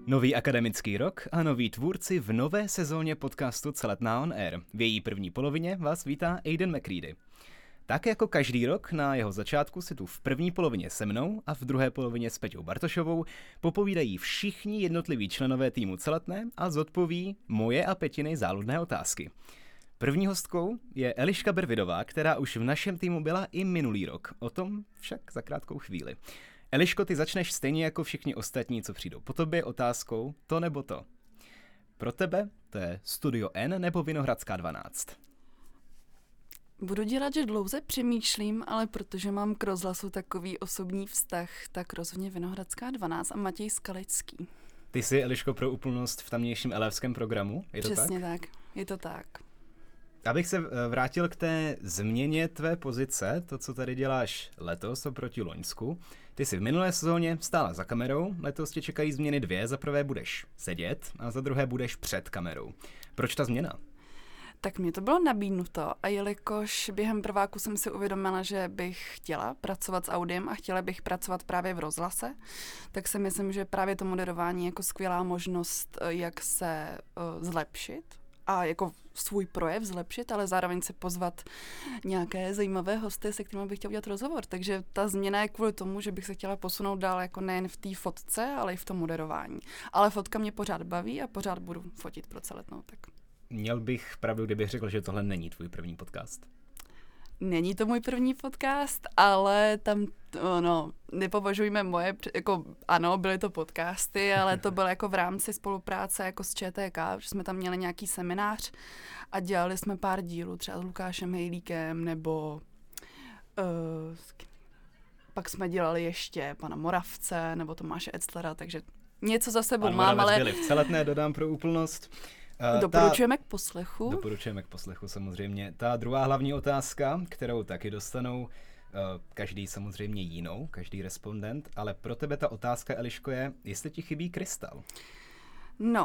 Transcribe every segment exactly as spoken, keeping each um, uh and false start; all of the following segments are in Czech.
Nový akademický rok a noví tvůrci v nové sezóně podcastu Celetná on Air. V její první polovině vás vítá Aidan McCready. Tak jako každý rok na jeho začátku si tu v první polovině se mnou a v druhé polovině s Peťou Bartošovou popovídají všichni jednotliví členové týmu Celetné a zodpoví moje a Petiny záludné otázky. První hostkou je Eliška Bervidová, která už v našem týmu byla i minulý rok. O tom však za krátkou chvíli. Eliško, ty začneš stejně jako všichni ostatní, co přijdou po tobě, otázkou to nebo to. Pro tebe to je Studio N nebo Vinohradská dvanáct? Budu dělat, že dlouze přemýšlím, ale protože mám k rozhlasu takový osobní vztah, tak rozhodně Vinohradská dvanáct a Matěj Skalický. Ty jsi, Eliško, pro úplnost v tamnějším elevském programu, je to Přesně tak? tak, je to tak. Abych se vrátil k té změně tvé pozice, to, co tady děláš letos oproti loňsku. Ty jsi v minulé sezóně stála za kamerou, letos tě čekají změny dvě. Za prvé budeš sedět a za druhé budeš před kamerou. Proč ta změna? Tak mě to bylo nabídnuto a jelikož během prváku jsem si uvědomila, že bych chtěla pracovat s audiem a chtěla bych pracovat právě v rozhlase, tak si myslím, že právě to moderování je jako skvělá možnost, jak se uh, zlepšit a jako svůj projev zlepšit, ale zároveň se pozvat nějaké zajímavé hosty, se kterými bych chtěla udělat rozhovor. Takže ta změna je kvůli tomu, že bych se chtěla posunout dál jako nejen v té fotce, ale i v tom moderování. Ale fotka mě pořád baví a pořád budu fotit pro Celetnou. Tak. Měl bych pravdu, kdybych řekl, že tohle není tvůj první podcast. Není to můj první podcast, ale tam, no, nepovažujme moje, jako ano, byly to podcasty, ale to bylo jako v rámci spolupráce jako s ČTK, že jsme tam měli nějaký seminář a dělali jsme pár dílů, třeba s Lukášem Hejlíkem, nebo uh, pak jsme dělali ještě pana Moravce, nebo Tomáše Etzlera, takže něco za sebou Pan mám, Moravec ale... byli v Celetné, dodám pro úplnost. Uh, Doporučujeme ta... k poslechu. Doporučujeme k poslechu samozřejmě. Ta druhá hlavní otázka, kterou taky dostanou uh, každý samozřejmě jinou, každý respondent, ale pro tebe ta otázka, Eliško, je, jestli ti chybí krystal. No.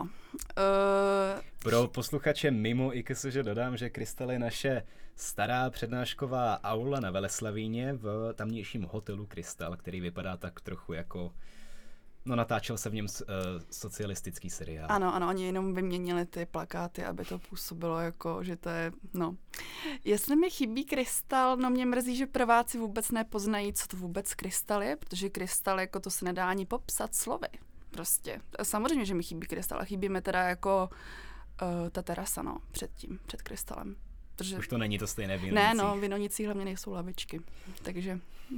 Uh... Pro posluchače mimo I K S, že dodám, že Krystal je naše stará přednášková aula na Veleslavíně v tamnějším hotelu Krystal, který vypadá tak trochu jako... No, natáčel se v něm uh, socialistický seriál. Ano, ano, oni jenom vyměnili ty plakáty, aby to působilo jako, že to je, no. Jestli mi chybí krystal, no mě mrzí, že prváci vůbec nepoznají, co to vůbec krystal je, protože krystal jako to se nedá ani popsat slovy. Prostě. Samozřejmě, že mi chybí krystal, a chybí mi teda jako uh, ta terasa, no, před tím, před krystalem. Protože... Už to není to stejné v Vinonicích. Ne, no, v Vinonicích hlavně nejsou lavičky, takže...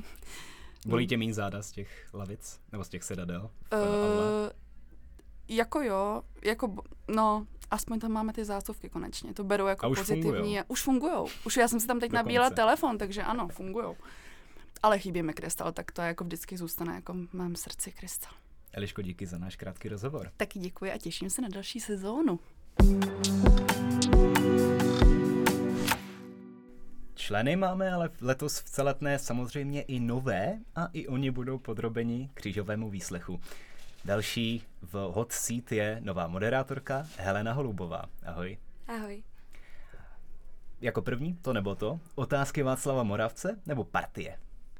Bolí tě míň záda z těch lavic? Nebo z těch sedadel? Uh, jako jo, jako, no, aspoň tam máme ty zásuvky konečně. To beru jako a už pozitivní. Fungujou. Už fungujou. Už já jsem si tam teď Dokonce. nabíjela telefon, takže ano, fungujou. Ale chybí mi krystal, tak to jako vždycky zůstane jako v mém srdci krystal. Eliško, díky za náš krátký rozhovor. Taky děkuji a těším se na další sezónu. Členy máme ale letos v Celetné samozřejmě i nové a i oni budou podrobeni křížovému výslechu. Další v hot seat je nová moderátorka Helena Holubová. Ahoj. Ahoj. Jako první, to nebo to, otázky Václava Moravce nebo partie?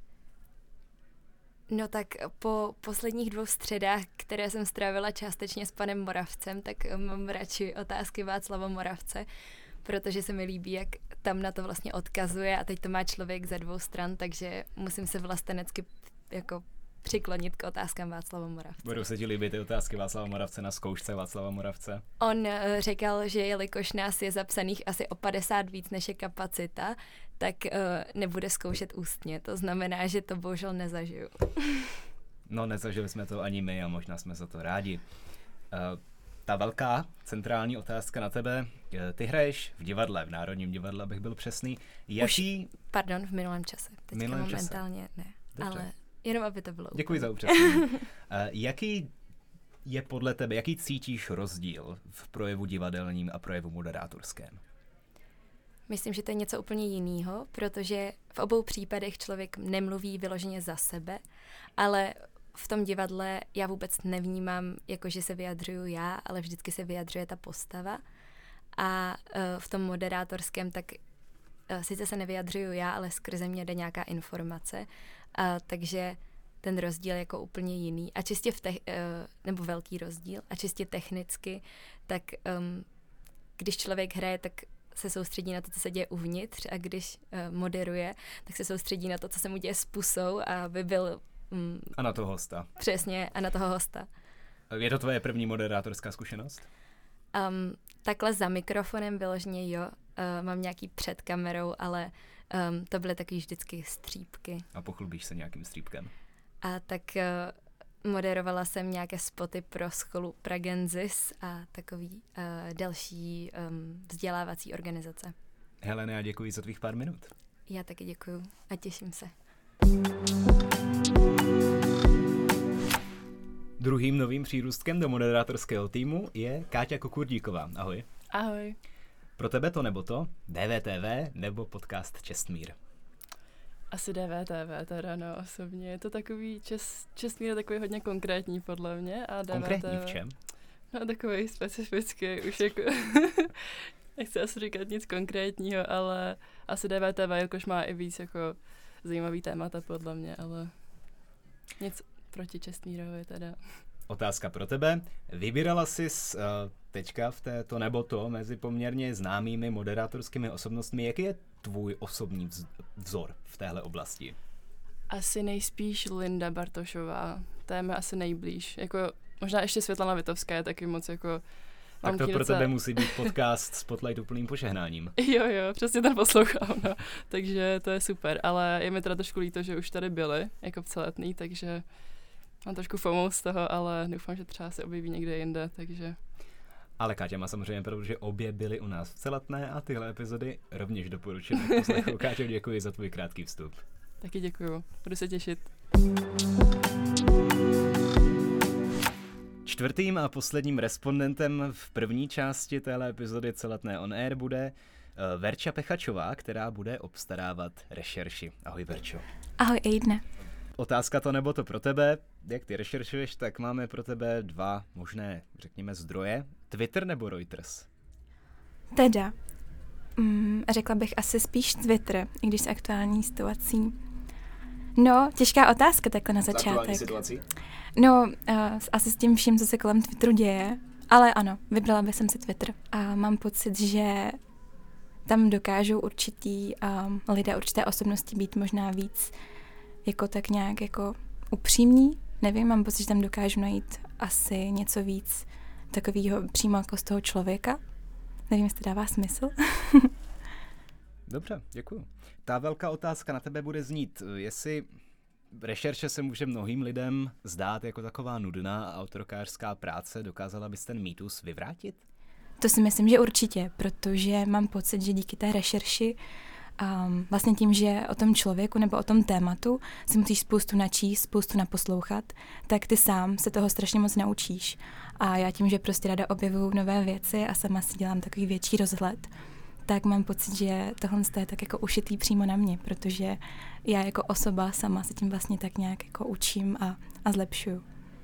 No tak po posledních dvou středách, které jsem strávila částečně s panem Moravcem, tak mám radši otázky Václava Moravce, protože se mi líbí, jak tam na to vlastně odkazuje a teď to má člověk ze dvou stran, takže musím se vlastenecky jako přiklonit k otázkám Václava Moravce. Budou se ti líbit ty otázky Václava Moravce na zkoušce Václava Moravce? On řekl, že jelikož nás je zapsaných asi o padesát víc než je kapacita, tak uh, nebude zkoušet ústně. To znamená, že to bohužel nezažiju. No, nezažili jsme to ani my a možná jsme za to rádi. Uh, ta velká centrální otázka na tebe. Ty hraješ v divadle, v Národním divadle, abych byl přesný. Jaký... Už, pardon, v minulém čase. Teďka minulém momentálně čase. ne. Dobře. Ale jenom aby to bylo. Děkuji úplně za upřesnění. uh, jaký je podle tebe, jaký cítíš rozdíl v projevu divadelním a projevu moderátorském? Myslím, že to je něco úplně jiného, protože v obou případech člověk nemluví vyloženě za sebe, ale v tom divadle já vůbec nevnímám, jako že se vyjadřuju já, ale vždycky se vyjadřuje ta postava. A uh, v tom moderátorském tak uh, sice se nevyjadřuju já, ale skrze mě jde nějaká informace. Uh, takže ten rozdíl jako úplně jiný. A čistě v te- uh, nebo velký rozdíl. A čistě technicky, tak um, když člověk hraje, tak se soustředí na to, co se děje uvnitř, a když uh, moderuje, tak se soustředí na to, co se mu děje s pusou, aby byl... Um, a na toho hosta. Přesně, a na toho hosta. Je to tvoje první moderátorská zkušenost? Um, takhle za mikrofonem vyloženě jo. Uh, mám nějaký před kamerou, ale um, to byly taky vždycky střípky. A pochlubíš se nějakým střípkem? A tak uh, moderovala jsem nějaké spoty pro školu Pragenzis a takový uh, další um, vzdělávací organizace. Helena, já děkuji za tvých pár minut. Já taky děkuju a těším se. Druhým novým přírůstkem do moderátorského týmu je Káťa Kukurdíková. Ahoj. Ahoj. Pro tebe to nebo to? D V T V nebo podcast Čestmír? Asi D V T V teda, no, osobně. Je to takový, čes, Čestmír je takový hodně konkrétní podle mě. A D V T V, konkrétní v čem? No, takový specifický, už jako... Nechci asi říkat nic konkrétního, ale asi D V T V jakož má i víc jako zajímavý témata podle mě, ale nic proti Čestmírovi teda. Otázka pro tebe. Vybírala jsi uh, teďka v této nebo to mezi poměrně známými moderátorskými osobnostmi. Jaký je tvůj osobní vz- vzor v téhle oblasti? Asi nejspíš Linda Bartošová. To je mi asi nejblíž. Jako, možná ještě Světlana Vitovská je taky moc jako... Tak to pro docela... tebe musí být podcast Spotlight úplným požehnáním. Jo, jo, přesně ten poslouchám, no. Takže to je super, ale je mi teda trošku líto, že už tady byli, jako v Celetný, takže mám trošku FOMO z toho, ale doufám, že třeba se objeví někde jinde, takže... Ale Káťa má samozřejmě pravdu, že obě byly u nás v Celetné a tyhle epizody rovněž doporučuji k poslechu. Káťo, děkuji za tvůj krátký vstup. Taky děkuju, budu se těšit. Čtvrtým a posledním respondentem v první části téhle epizody Celetné on air bude uh, Verča Pechačová, která bude obstarávat rešerši. Ahoj, Verčo. Ahoj, Ejdne. Otázka to nebo to pro tebe. Jak ty rešeršuješ, tak máme pro tebe dva možné, řekněme, zdroje. Twitter nebo Reuters? Teda, mm, řekla bych asi spíš Twitter, i když s aktuální situací. No, těžká otázka takhle na začátek. S aktuální situací? No, uh, asi s tím vším, co se kolem Twitteru děje, ale ano, vybrala bych si Twitter. A mám pocit, že tam dokážou určitý um, lidé, určité osobnosti být možná víc jako tak nějak jako upřímní. Nevím, mám pocit, že tam dokážu najít asi něco víc takového přímo jako z toho člověka. Nevím, jestli to dává smysl. Dobře, děkuju. Ta velká otázka na tebe bude znít, jestli rešerše se může mnohým lidem zdát jako taková nudná a autorkářská práce, dokázala bys ten mýtus vyvrátit? To si myslím, že určitě, protože mám pocit, že díky té rešerši um, vlastně tím, že o tom člověku nebo o tom tématu si musíš spoustu načíst, spoustu naposlouchat, tak ty sám se toho strašně moc naučíš. A já tím, že prostě ráda objevuju nové věci a sama si dělám takový větší rozhled, tak mám pocit, že tohle je tak jako ušitý přímo na mě, protože já jako osoba sama se tím vlastně tak nějak jako učím a, a zlepšuju.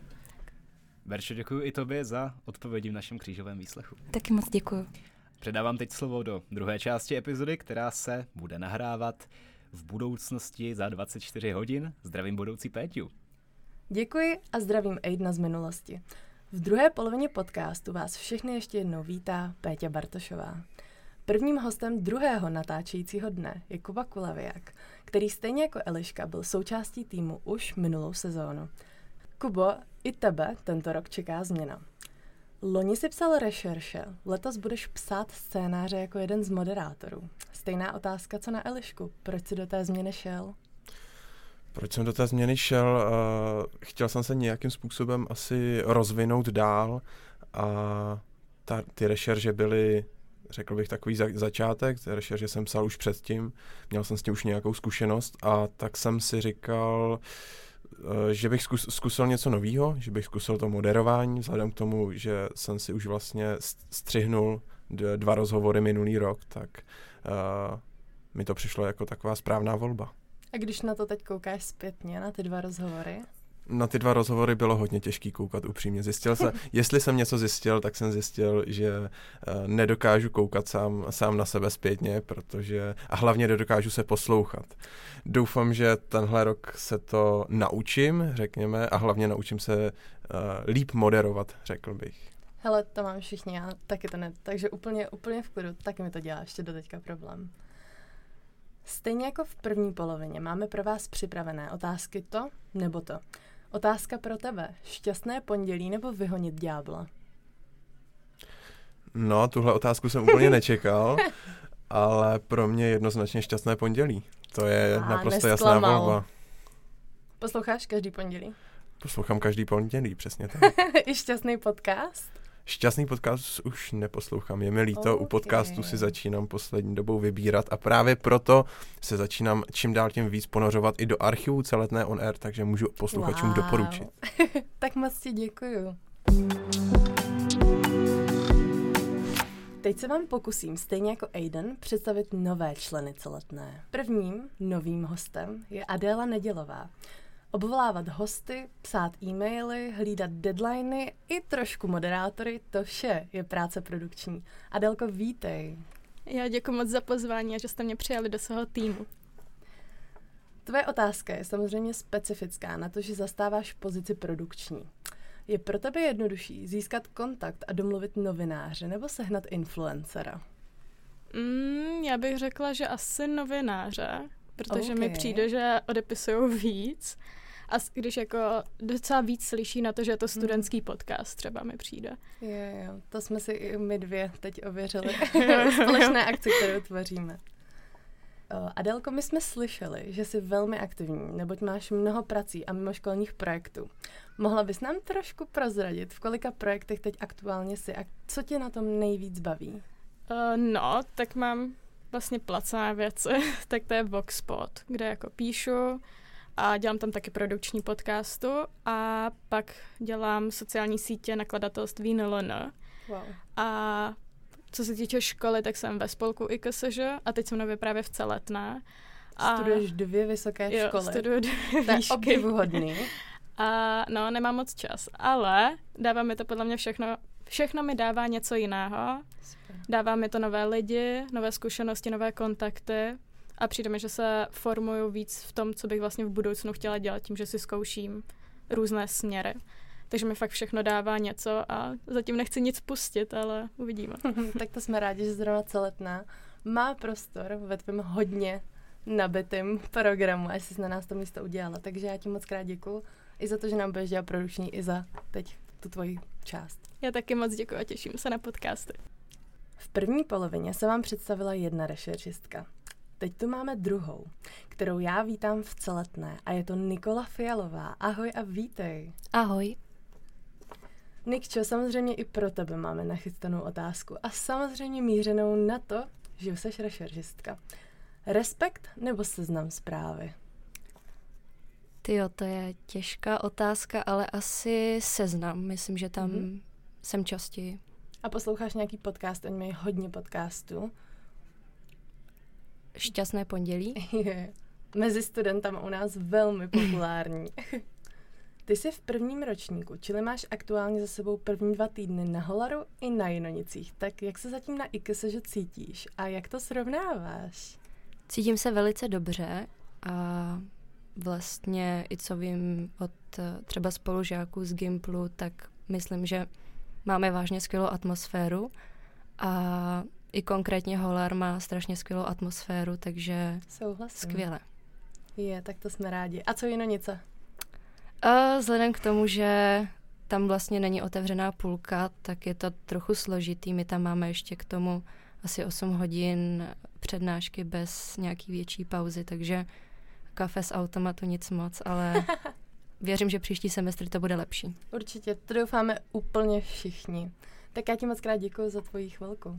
Verčo, děkuji i tobě za odpovědi v našem křížovém výslechu. Taky moc děkuju. Předávám teď slovo do druhé části epizody, která se bude nahrávat v budoucnosti za dvacet čtyři hodin. Zdravím budoucí Péťu. Děkuji a zdravím Ejdna z minulosti. V druhé polovině podcastu vás všechny ještě jednou vítá Péťa Bartošová. Prvním hostem druhého natáčejícího dne je Kuba Kulaviak, který stejně jako Eliška byl součástí týmu už minulou sezónu. Kubo, i tebe tento rok čeká změna. Loni si psal rešerše, letos budeš psát scénáře jako jeden z moderátorů. Stejná otázka, co na Elišku. Proč jsi do té změny šel? Proč jsem do té změny šel? Uh, chtěl jsem se nějakým způsobem asi rozvinout dál a ta, ty rešerše byly, řekl bych, takový za, začátek. Ty rešerše jsem psal už předtím, měl jsem s tím už nějakou zkušenost a tak jsem si říkal, že bych zkus, zkusil něco nového, že bych zkusil to moderování, vzhledem k tomu, že jsem si už vlastně střihnul dva rozhovory minulý rok, tak uh, mi to přišlo jako taková správná volba. A když na to teď koukáš zpětně, na ty dva rozhovory? Na ty dva rozhovory bylo hodně těžký koukat upřímně. Zjistil jsem, jestli jsem něco zjistil, tak jsem zjistil, že uh, nedokážu koukat sám, sám na sebe zpětně, protože a hlavně nedokážu se poslouchat. Doufám, že tenhle rok se to naučím, řekněme, a hlavně naučím se uh, líp moderovat, řekl bych. Hele, to mám všichni, já taky to ne, takže úplně, úplně v klidu, taky mi to dělá ještě do teďka problém. Stejně jako v první polovině máme pro vás připravené otázky to nebo to. Otázka pro tebe. Šťastné pondělí nebo vyhonit ďábla? No, tuhle otázku jsem úplně nečekal, ale pro mě jednoznačně šťastné pondělí. To je A naprosto nesklamal. jasná volba. Posloucháš každý pondělí? Poslouchám každý pondělí, přesně tak. I šťastný podcast? Šťastný podcast už neposlouchám, je mi líto, Okay. U podcastu si začínám poslední dobou vybírat a právě proto se začínám čím dál tím víc ponořovat i do archivu Celetné on air, takže můžu posluchačům Wow. doporučit. Tak moc ti děkuju. Teď se vám pokusím, stejně jako Aiden, představit nové členy Celetné. Prvním novým hostem je Adéla Nedělová. Obvolávat hosty, psát e-maily, hlídat deadliny i trošku moderátory, to vše je práce produkční. Adélko, vítej. Já děkuji moc za pozvání a že jste mě přijali do svého týmu. Tvoje otázka je samozřejmě specifická na to, že zastáváš pozici produkční. Je pro tebe jednodušší získat kontakt a domluvit novináře nebo sehnat influencera? Mm, já bych řekla, že asi novináře, protože mi Ok. přijde, že odepisují víc. A s- když jako docela víc slyší na to, že je to studentský podcast, třeba mi přijde. Jo, jo, to jsme si i my dvě teď ověřili. Společné akci, kterou tvoříme. O, Adélko, my jsme slyšeli, že jsi velmi aktivní, neboť máš mnoho prací a mimoškolních projektů. Mohla bys nám trošku prozradit, v kolika projektech teď aktuálně jsi a co tě na tom nejvíc baví? Uh, no, tak mám vlastně placené věci, tak to je Voxpod, kde jako píšu a dělám tam taky produkční podcastu a pak dělám sociální sítě nakladatelství N L N. Wow. A co se týče školy, tak jsem ve spolku I K S Ž a teď jsem nově právě v Celetné. A Studuješ dvě vysoké jo, školy. studuju dvě To je výšky. obdivuhodný. A no, nemám moc čas, ale dává mi to podle mě všechno, všechno mi dává něco jiného. Dává mi to nové lidi, nové zkušenosti, nové kontakty a přijde mi, že se formuju víc v tom, co bych vlastně v budoucnu chtěla dělat, tím, že si zkouším různé směry. Takže mi fakt všechno dává něco a zatím nechci nic pustit, ale uvidíme. Tak to jsme rádi, že zrovna Celetná má prostor ve tvém hodně nabitým programu, až jsi na nás to místo udělala. Takže já ti moc krát děkuju i za to, že nám budeš dělat produkční, i za teď tu tvoji část. Já taky moc děkuji a těším se na podcasty. V první polovině se vám představila jedna rešeršistka. Teď tu máme druhou, kterou já vítám v Celetné a je to Nikola Fialová. Ahoj a vítej. Ahoj. Nikčo, samozřejmě i pro tebe máme nachystanou otázku a samozřejmě mířenou na to, že jsi rešeržistka. Respekt nebo Seznam Zprávy? Tyjo, to je těžká otázka, ale asi Seznam. Myslím, že tam Mhm. jsem častěji. A posloucháš nějaký podcast, oni mají hodně podcastů. Šťastné pondělí. Je mezi studentama u nás velmi populární. Ty jsi v prvním ročníku, čili máš aktuálně za sebou první dva týdny na Holaru i na Jinonicích. Tak jak se zatím na I K S Ž cítíš a jak to srovnáváš? Cítím se velice dobře a vlastně i co vím od eh, třeba spolužáků z Gimplu, tak myslím, že máme vážně skvělou atmosféru a i konkrétně Holar má strašně skvělou atmosféru, takže Souhlasím. skvěle. Je, tak to jsme rádi. A co Jinonice? A vzhledem k tomu, že tam vlastně není otevřená půlka, tak je to trochu složitý. My tam máme ještě k tomu asi osm hodin přednášky bez nějaký větší pauzy, takže kafe z automatu nic moc, ale věřím, že příští semestr to bude lepší. Určitě, to doufáme úplně všichni. Tak já ti moc krát děkuji za tvoji chvilku.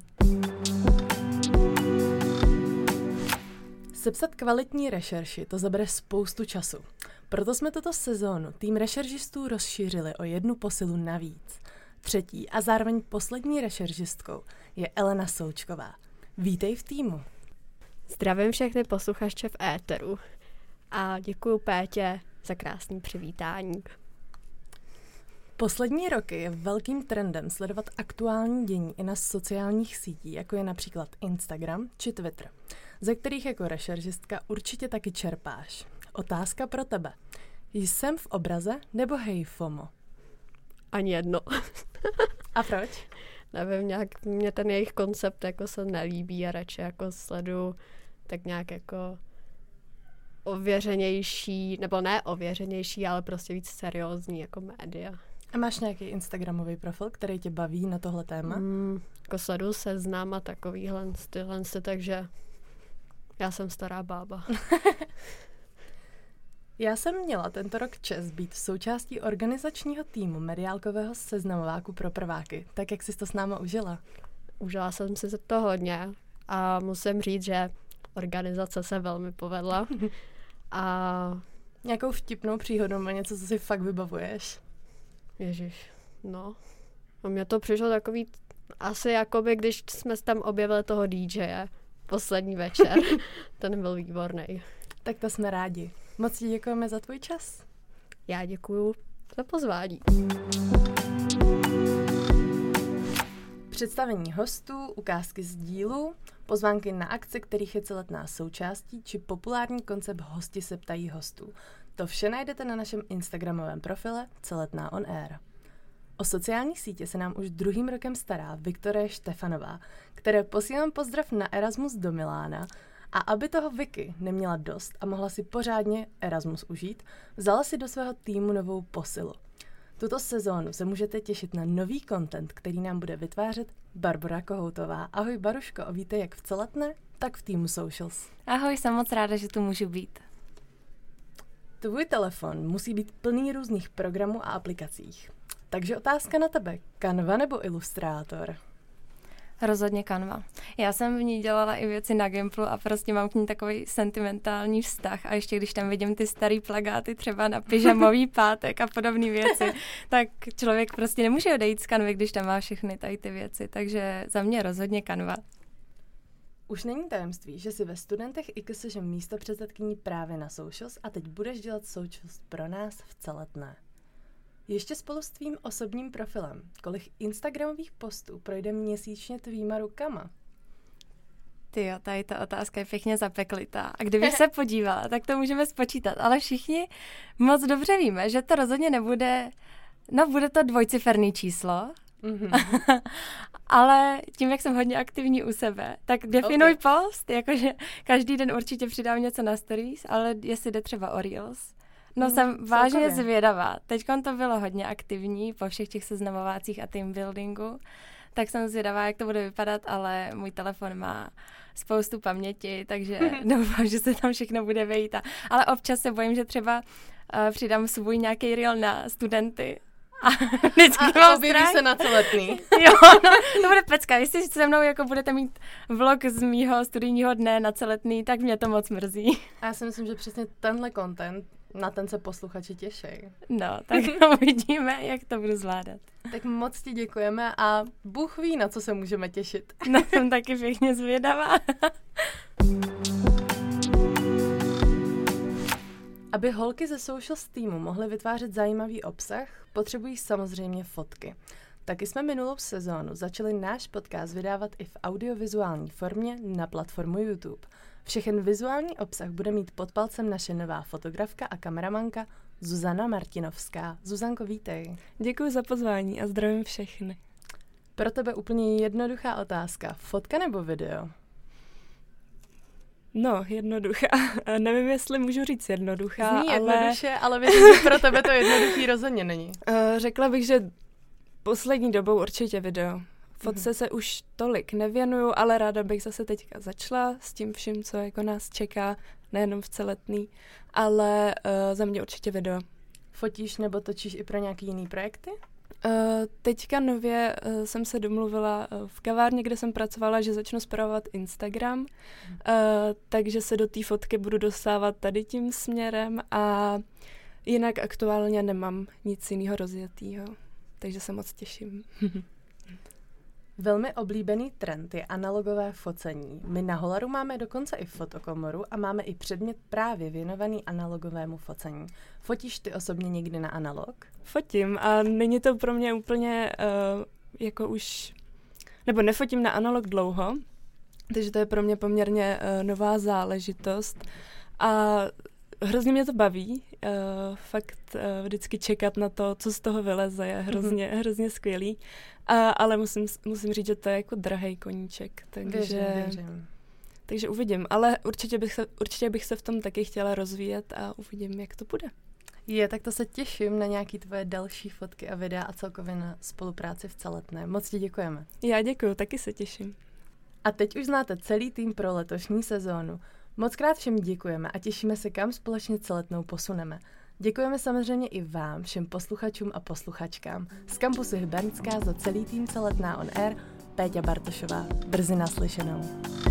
Sepsat kvalitní rešerši, to zabere spoustu času. Proto jsme tuto sezónu tým rešeržistů rozšířili o jednu posilu navíc. Třetí a zároveň poslední rešeržistkou je Elena Součková. Vítej v týmu. Zdravím všechny posluchače v éteru a děkuji Pétě za krásný přivítání. Poslední roky je velkým trendem sledovat aktuální dění i na sociálních sítích, jako je například Instagram či Twitter, ze kterých jako rešeržistka určitě taky čerpáš. Otázka pro tebe. Jsem v obraze nebo hej FOMO? Ani jedno. A proč? Nevím, nějak mě ten jejich koncept jako se nelíbí a radši jako sledu tak nějak jako ověřenější, nebo ne ověřenější, ale prostě víc seriózní jako média. A máš nějaký instagramový profil, který tě baví na tohle téma? Mm, jako sledu Seznam a takovýhle tyhle, takže já jsem stará bába. Já jsem měla tento rok čest být součástí organizačního týmu mediálkového seznamováku pro prváky. Tak jak jsi to s náma užila? Užila jsem si to hodně a musím říct, že organizace se velmi povedla. A nějakou vtipnou příhodu nebo něco, co si fakt vybavuješ? Ježiš, no. A mně to přišlo takový, asi jakoby, když jsme tam objevili toho dý džeje poslední večer. Ten byl výborný. Tak to jsme rádi. Moc ti děkujeme za tvůj čas. Já děkuju za pozvání. Představení hostů, ukázky z dílu, pozvánky na akce, kterých je celetná součástí, či populární koncept Hosti se ptají hostů. To vše najdete na našem instagramovém profile Celetná on air. O sociální sítě se nám už druhým rokem stará Viktorie Štefanová, které posílám pozdrav na Erasmus do Milána, a aby toho Vicky neměla dost a mohla si pořádně Erasmus užít, vzala si do svého týmu novou posilu. Tuto sezónu se můžete těšit na nový content, který nám bude vytvářet Barbora Kohoutová. Ahoj Baruško, a víte jak v Celetné, tak v týmu Socials. Ahoj, jsem moc ráda, že tu můžu být. Tvůj telefon musí být plný různých programů a aplikacích. Takže otázka na tebe, Canva nebo Illustrator? Rozhodně Canva. Já jsem v ní dělala i věci na Gimplu a prostě mám k ní takový sentimentální vztah a ještě když tam vidím ty starý plakáty třeba na pyžamový pátek a podobné věci, tak člověk prostě nemůže odejít z Canvy, když tam má všechny tady ty věci, takže za mě rozhodně Canva. Už není tajemství, že si ve Studentech I K S Ž místo předsedkyní právě na Socials a teď budeš dělat Socials pro nás v Celetné. Ještě spolu s tvým osobním profilem, kolik instagramových postů projde měsíčně tvýma rukama? Tyjo, tady ta otázka je pěkně zapeklitá. A kdybych se podívala, tak to můžeme spočítat. Ale všichni moc dobře víme, že to rozhodně nebude, no bude to dvojciferný číslo, mm-hmm. ale tím, jak jsem hodně aktivní u sebe, tak definuj okay. post, jakože každý den určitě přidám něco na stories, ale jestli jde třeba o Reels. No hmm, jsem vážně celkově zvědavá. Teďkon to bylo hodně aktivní po všech těch seznamovácích a team buildingu, tak jsem zvědavá, jak to bude vypadat, ale můj telefon má spoustu paměti, takže doufám, že se tam všechno bude vejít. Ale občas se bojím, že třeba uh, přidám svůj nějaký reel na studenty. A vždycky a objeví se na Celetný. Jo, no, to bude pecka. Jestli se mnou jako budete mít vlog z mýho studijního dne na Celetný, tak mě to moc mrzí. A já si myslím, že přesně tenhle content, na ten se posluchači těší. No, tak uvidíme, jak to budu zvládat. Tak moc ti děkujeme a Bůh ví, na co se můžeme těšit. No, jsem taky pěkně zvědavá. Aby holky ze Socials týmu mohly vytvářet zajímavý obsah, potřebují samozřejmě fotky. Taky jsme minulou sezónu začali náš podcast vydávat i v audiovizuální formě na platformu YouTube. Všechen vizuální obsah bude mít pod palcem naše nová fotografka a kameramanka Zuzana Martinovská. Zuzanko, vítej. Děkuji za pozvání a zdravím všechny. Pro tebe úplně jednoduchá otázka. Fotka nebo video? No, jednoduchá. Nevím, jestli můžu říct jednoduchá, Zní ale... jednoduše, ale věřím, že pro tebe to jednoduchý rozhodně není. Uh, řekla bych, že poslední dobou určitě video. Fotce mm-hmm. se už tolik nevěnuju, ale ráda bych zase teďka začala s tím vším, co jako nás čeká, nejenom v Celetný, ale uh, za mě určitě video. Fotíš nebo točíš i pro nějaký jiný projekty? Uh, teďka nově uh, jsem se domluvila uh, v kavárně, kde jsem pracovala, že začnu spravovat Instagram, uh, takže se do té fotky budu dostávat tady tím směrem a jinak aktuálně nemám nic jiného rozjetýho, takže se moc těším. Velmi oblíbený trend je analogové focení. My na Holaru máme dokonce i fotokomoru a máme i předmět právě věnovaný analogovému focení. Fotíš ty osobně někdy na analog? Fotím a není to pro mě úplně uh, jako už, nebo nefotím na analog dlouho, takže to je pro mě poměrně uh, nová záležitost a hrozně mě to baví, uh, fakt uh, vždycky čekat na to, co z toho vyleze, je hrozně, mm-hmm. hrozně skvělý, uh, ale musím, musím říct, že to je jako drahej koníček, takže, věřím, věřím. takže uvidím, ale určitě bych, se, určitě bych se v tom taky chtěla rozvíjet a uvidím, jak to bude. Je, tak to se těším na nějaké tvoje další fotky a videa a celkově na spolupráci v Celetné. Moc ti děkujeme. Já děkuju, taky se těším. A teď už znáte celý tým pro letošní sezónu. Moc krát všem děkujeme a těšíme se, kam společně Celetnou posuneme. Děkujeme samozřejmě i vám, všem posluchačům a posluchačkám. Z kampusu Hybernská za celý tým Celetná on Air, Péťa Bartošová. Brzy naslyšenou.